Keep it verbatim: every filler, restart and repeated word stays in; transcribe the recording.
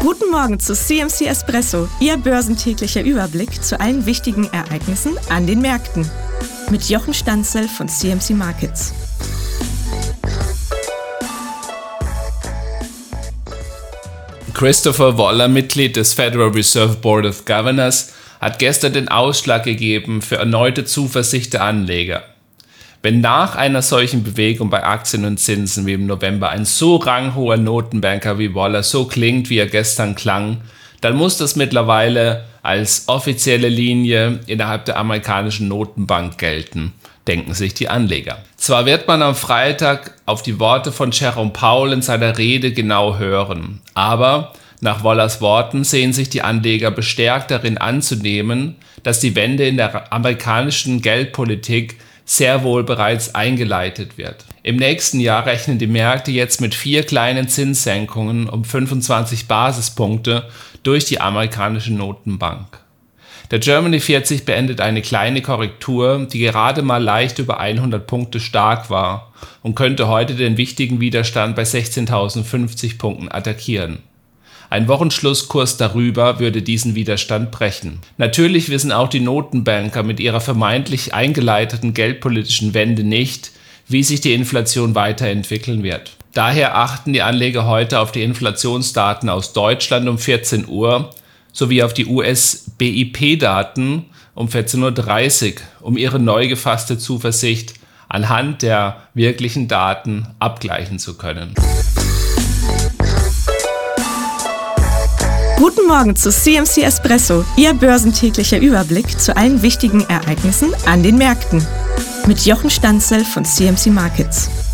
Guten Morgen zu C M C Espresso, Ihr börsentäglicher Überblick zu allen wichtigen Ereignissen an den Märkten. Mit Jochen Stanzel von C M C Markets. Christopher Waller, Mitglied des Federal Reserve Board of Governors, hat gestern den Ausschlag gegeben für erneute Zuversicht der Anleger. Wenn nach einer solchen Bewegung bei Aktien und Zinsen wie im November ein so ranghoher Notenbanker wie Waller so klingt, wie er gestern klang, dann muss das mittlerweile als offizielle Linie innerhalb der amerikanischen Notenbank gelten, denken sich die Anleger. Zwar wird man am Freitag auf die Worte von Jerome Powell in seiner Rede genau hören, aber nach Wallers Worten sehen sich die Anleger bestärkt darin anzunehmen, dass die Wende in der amerikanischen Geldpolitik sehr wohl bereits eingeleitet wird. Im nächsten Jahr rechnen die Märkte jetzt mit vier kleinen Zinssenkungen um fünfundzwanzig Basispunkte durch die amerikanische Notenbank. Der Germany vierzig beendet eine kleine Korrektur, die gerade mal leicht über hundert Punkte stark war und könnte heute den wichtigen Widerstand bei sechzehntausendfünfzig Punkten attackieren. Ein Wochenschlusskurs darüber würde diesen Widerstand brechen. Natürlich wissen auch die Notenbanker mit ihrer vermeintlich eingeleiteten geldpolitischen Wende nicht, wie sich die Inflation weiterentwickeln wird. Daher achten die Anleger heute auf die Inflationsdaten aus Deutschland um vierzehn Uhr sowie auf die U S-B I P-Daten um vierzehn Uhr dreißig, um ihre neu gefasste Zuversicht anhand der wirklichen Daten abgleichen zu können. Guten Morgen zu C M C Espresso, Ihr börsentäglicher Überblick zu allen wichtigen Ereignissen an den Märkten. Mit Jochen Stanzel von C M C Markets.